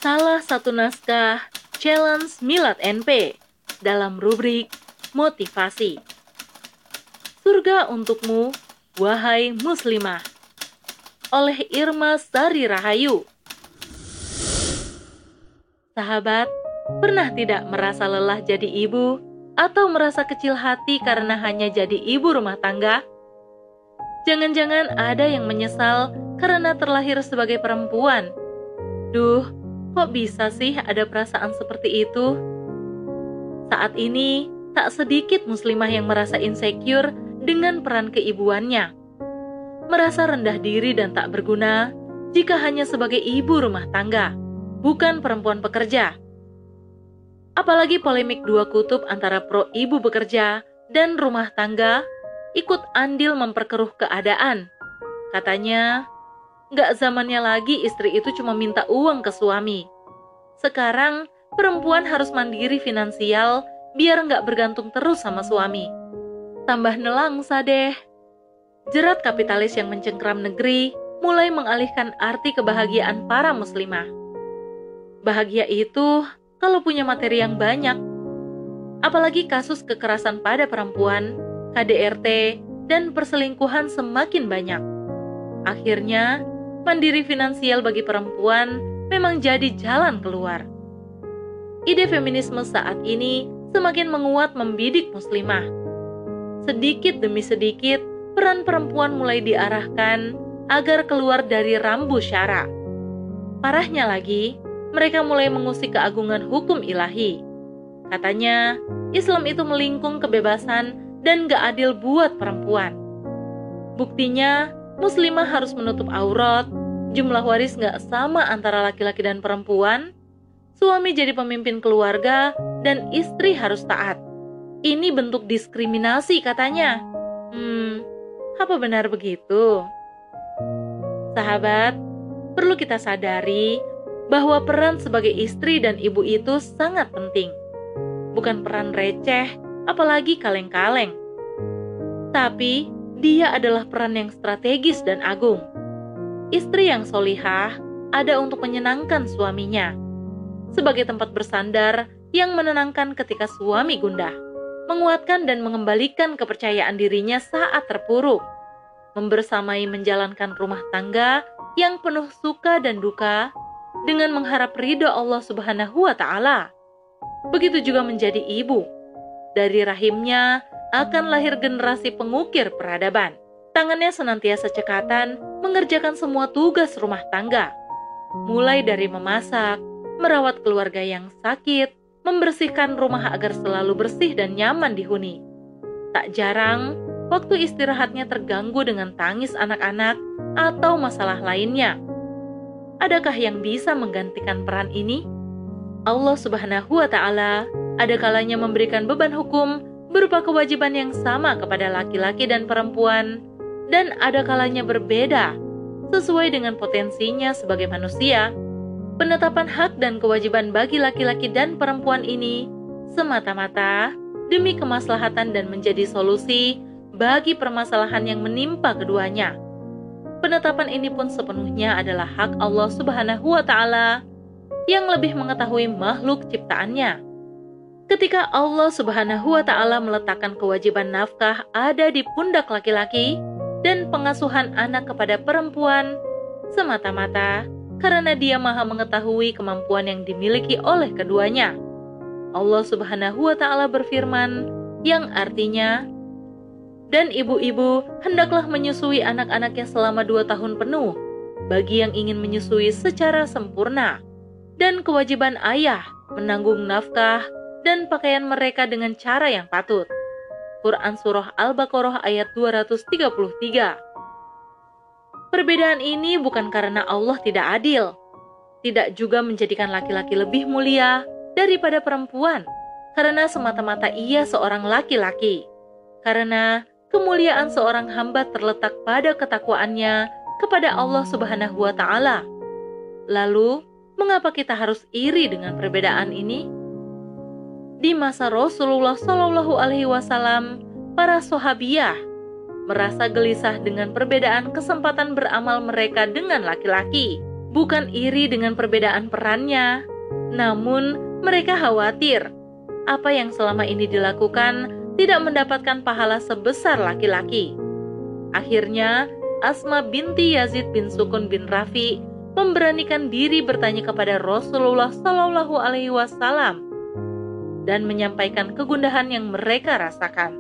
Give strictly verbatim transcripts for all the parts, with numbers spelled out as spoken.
salah satu naskah Challenge Milad N P dalam rubrik motivasi. Surga untukmu, wahai muslimah, oleh Irma Sari Rahayu. Sahabat, pernah tidak merasa lelah jadi ibu atau merasa kecil hati karena hanya jadi ibu rumah tangga? Jangan-jangan ada yang menyesal karena terlahir sebagai perempuan. Duh, kok bisa sih ada perasaan seperti itu? Saat ini, tak sedikit muslimah yang merasa insecure dengan peran keibuannya. Merasa rendah diri dan tak berguna jika hanya sebagai ibu rumah tangga, bukan perempuan pekerja. Apalagi polemik dua kutub antara pro ibu bekerja dan rumah tangga ikut andil memperkeruh keadaan. Katanya, nggak zamannya lagi istri itu cuma minta uang ke suami. Sekarang, perempuan harus mandiri finansial biar nggak bergantung terus sama suami. Tambah nelangsa deh. Jerat kapitalis yang mencengkram negeri mulai mengalihkan arti kebahagiaan para muslimah. Bahagia itu kalau punya materi yang banyak. Apalagi kasus kekerasan pada perempuan, K D R T, dan perselingkuhan semakin banyak. Akhirnya, mandiri finansial bagi perempuan memang jadi jalan keluar. Ide feminisme saat ini semakin menguat membidik muslimah. Sedikit demi sedikit, peran perempuan mulai diarahkan agar keluar dari rambu syara. Parahnya lagi, mereka mulai mengusik keagungan hukum ilahi. Katanya, Islam itu melingkung kebebasan dan gak adil buat perempuan. Buktinya, muslimah harus menutup aurat, jumlah waris gak sama antara laki-laki dan perempuan, suami jadi pemimpin keluarga, dan istri harus taat. Ini bentuk diskriminasi katanya. Hmm, apa benar begitu? Sahabat, perlu kita sadari bahwa peran sebagai istri dan ibu itu sangat penting. Bukan peran receh, apalagi kaleng-kaleng. Tapi, dia adalah peran yang strategis dan agung. Istri yang solihah ada untuk menyenangkan suaminya, sebagai tempat bersandar yang menenangkan ketika suami gundah, menguatkan dan mengembalikan kepercayaan dirinya saat terpuruk, membersamai menjalankan rumah tangga yang penuh suka dan duka dengan mengharap ridho Allah Subhanahu wa Ta'ala. Begitu juga menjadi ibu. Dari rahimnya akan lahir generasi pengukir peradaban. Tangannya senantiasa cekatan mengerjakan semua tugas rumah tangga, mulai dari memasak, merawat keluarga yang sakit, membersihkan rumah agar selalu bersih dan nyaman dihuni. Tak jarang, waktu istirahatnya terganggu dengan tangis anak-anak atau masalah lainnya. Adakah yang bisa menggantikan peran ini? Allah Subhanahu wa Ta'ala ada kalanya memberikan beban hukum berupa kewajiban yang sama kepada laki-laki dan perempuan, dan ada kalanya berbeda sesuai dengan potensinya sebagai manusia. Penetapan hak dan kewajiban bagi laki-laki dan perempuan ini semata-mata demi kemaslahatan dan menjadi solusi bagi permasalahan yang menimpa keduanya. Penetapan ini pun sepenuhnya adalah hak Allah Subhanahu wa Ta'ala yang lebih mengetahui makhluk ciptaannya. Ketika Allah Subhanahu wa Ta'ala meletakkan kewajiban nafkah ada di pundak laki-laki dan pengasuhan anak kepada perempuan, semata-mata karena Dia Maha mengetahui kemampuan yang dimiliki oleh keduanya. Allah Subhanahu wa Ta'ala berfirman, yang artinya, dan ibu-ibu hendaklah menyusui anak-anaknya selama dua tahun penuh, bagi yang ingin menyusui secara sempurna, dan kewajiban ayah menanggung nafkah dan pakaian mereka dengan cara yang patut. Quran Surah Al-Baqarah ayat dua ratus tiga puluh tiga. Perbedaan ini bukan karena Allah tidak adil, tidak juga menjadikan laki-laki lebih mulia daripada perempuan, karena semata-mata ia seorang laki-laki. Karena kemuliaan seorang hamba terletak pada ketakwaannya kepada Allah Subhanahu wa Ta'ala. Lalu, mengapa kita harus iri dengan perbedaan ini? Di masa Rasulullah Shallallahu Alaihi Wasallam, para sahabiah merasa gelisah dengan perbedaan kesempatan beramal mereka dengan laki-laki bukan iri dengan perbedaan perannya, namun mereka khawatir apa yang selama ini dilakukan tidak mendapatkan pahala sebesar laki-laki. Akhirnya, Asma binti Yazid bin Sukun bin Rafi memberanikan diri bertanya kepada Rasulullah Shallallahu Alaihi Wasallam dan menyampaikan kegundahan yang mereka rasakan.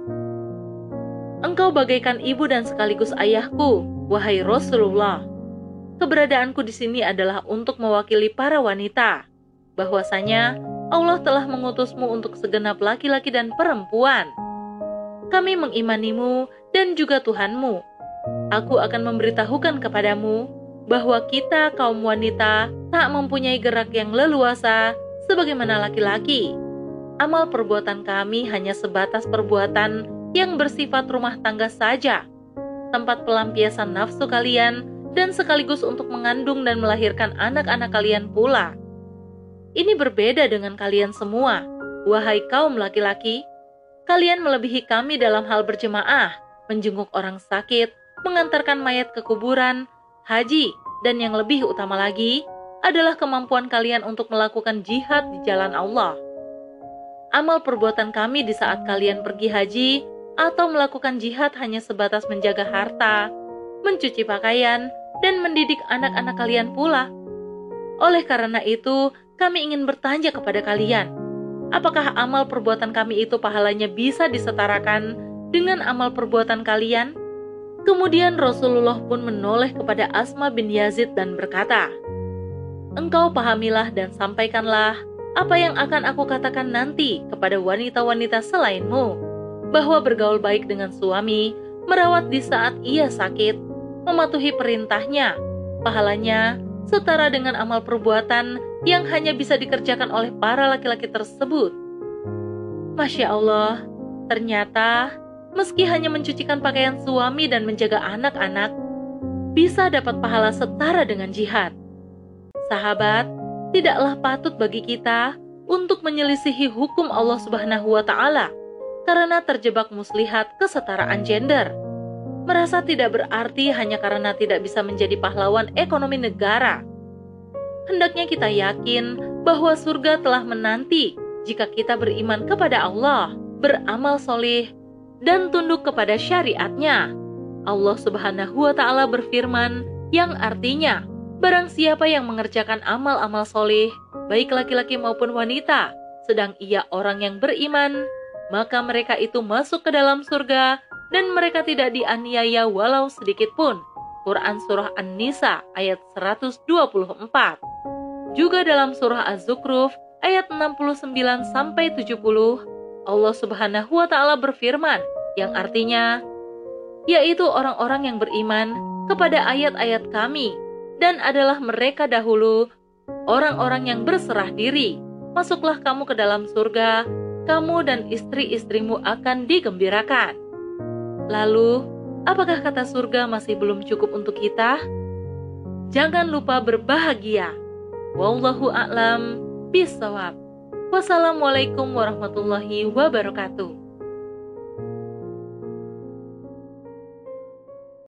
Engkau bagaikan ibu dan sekaligus ayahku, wahai Rasulullah. Keberadaanku di sini adalah untuk mewakili para wanita, bahwasanya Allah telah mengutusmu untuk segenap laki-laki dan perempuan. Kami mengimanimu dan juga Tuhanmu. Aku akan memberitahukan kepadamu bahwa kita kaum wanita tak mempunyai gerak yang leluasa sebagaimana laki-laki. Amal perbuatan kami hanya sebatas perbuatan yang bersifat rumah tangga saja, tempat pelampiasan nafsu kalian dan sekaligus untuk mengandung dan melahirkan anak-anak kalian pula. Ini berbeda dengan kalian semua, wahai kaum laki-laki. Kalian melebihi kami dalam hal berjemaah, menjenguk orang sakit, mengantarkan mayat ke kuburan, haji, dan yang lebih utama lagi adalah kemampuan kalian untuk melakukan jihad di jalan Allah. Amal perbuatan kami di saat kalian pergi haji atau melakukan jihad hanya sebatas menjaga harta, mencuci pakaian, dan mendidik anak-anak kalian pula. Oleh karena itu, kami ingin bertanya kepada kalian, apakah amal perbuatan kami itu pahalanya bisa disetarakan dengan amal perbuatan kalian? Kemudian Rasulullah pun menoleh kepada Asma bin Yazid dan berkata, engkau pahamilah dan sampaikanlah apa yang akan aku katakan nanti kepada wanita-wanita selainmu, bahwa bergaul baik dengan suami, merawat di saat ia sakit, mematuhi perintahnya, pahalanya setara dengan amal perbuatan yang hanya bisa dikerjakan oleh para laki-laki tersebut. Masya Allah, ternyata meski hanya mencucikan pakaian suami dan menjaga anak-anak, bisa dapat pahala setara dengan jihad. Sahabat, tidaklah patut bagi kita untuk menyelisihi hukum Allah Subhanahu wa Ta'ala karena terjebak muslihat kesetaraan gender. Merasa tidak berarti hanya karena tidak bisa menjadi pahlawan ekonomi negara. Hendaknya kita yakin bahwa surga telah menanti jika kita beriman kepada Allah, beramal solih, dan tunduk kepada syariatnya. Allah Subhanahu wa Ta'ala berfirman yang artinya, barang siapa yang mengerjakan amal-amal solih, baik laki-laki maupun wanita, sedang ia orang yang beriman, maka mereka itu masuk ke dalam surga dan mereka tidak dianiaya walau sedikit pun. Quran Surah An-Nisa ayat seratus dua puluh empat. Juga dalam Surah Az-Zukhruf ayat enam puluh sembilan sampai tujuh puluh, Allah Subhanahu wa Ta'ala berfirman yang artinya, yaitu orang-orang yang beriman kepada ayat-ayat kami dan adalah mereka dahulu orang-orang yang berserah diri. Masuklah kamu ke dalam surga, kamu dan istri-istrimu akan digembirakan. Lalu, apakah kata surga masih belum cukup untuk kita? Jangan lupa berbahagia. Wallahu a'lam bishawab. Wassalamualaikum warahmatullahi wabarakatuh.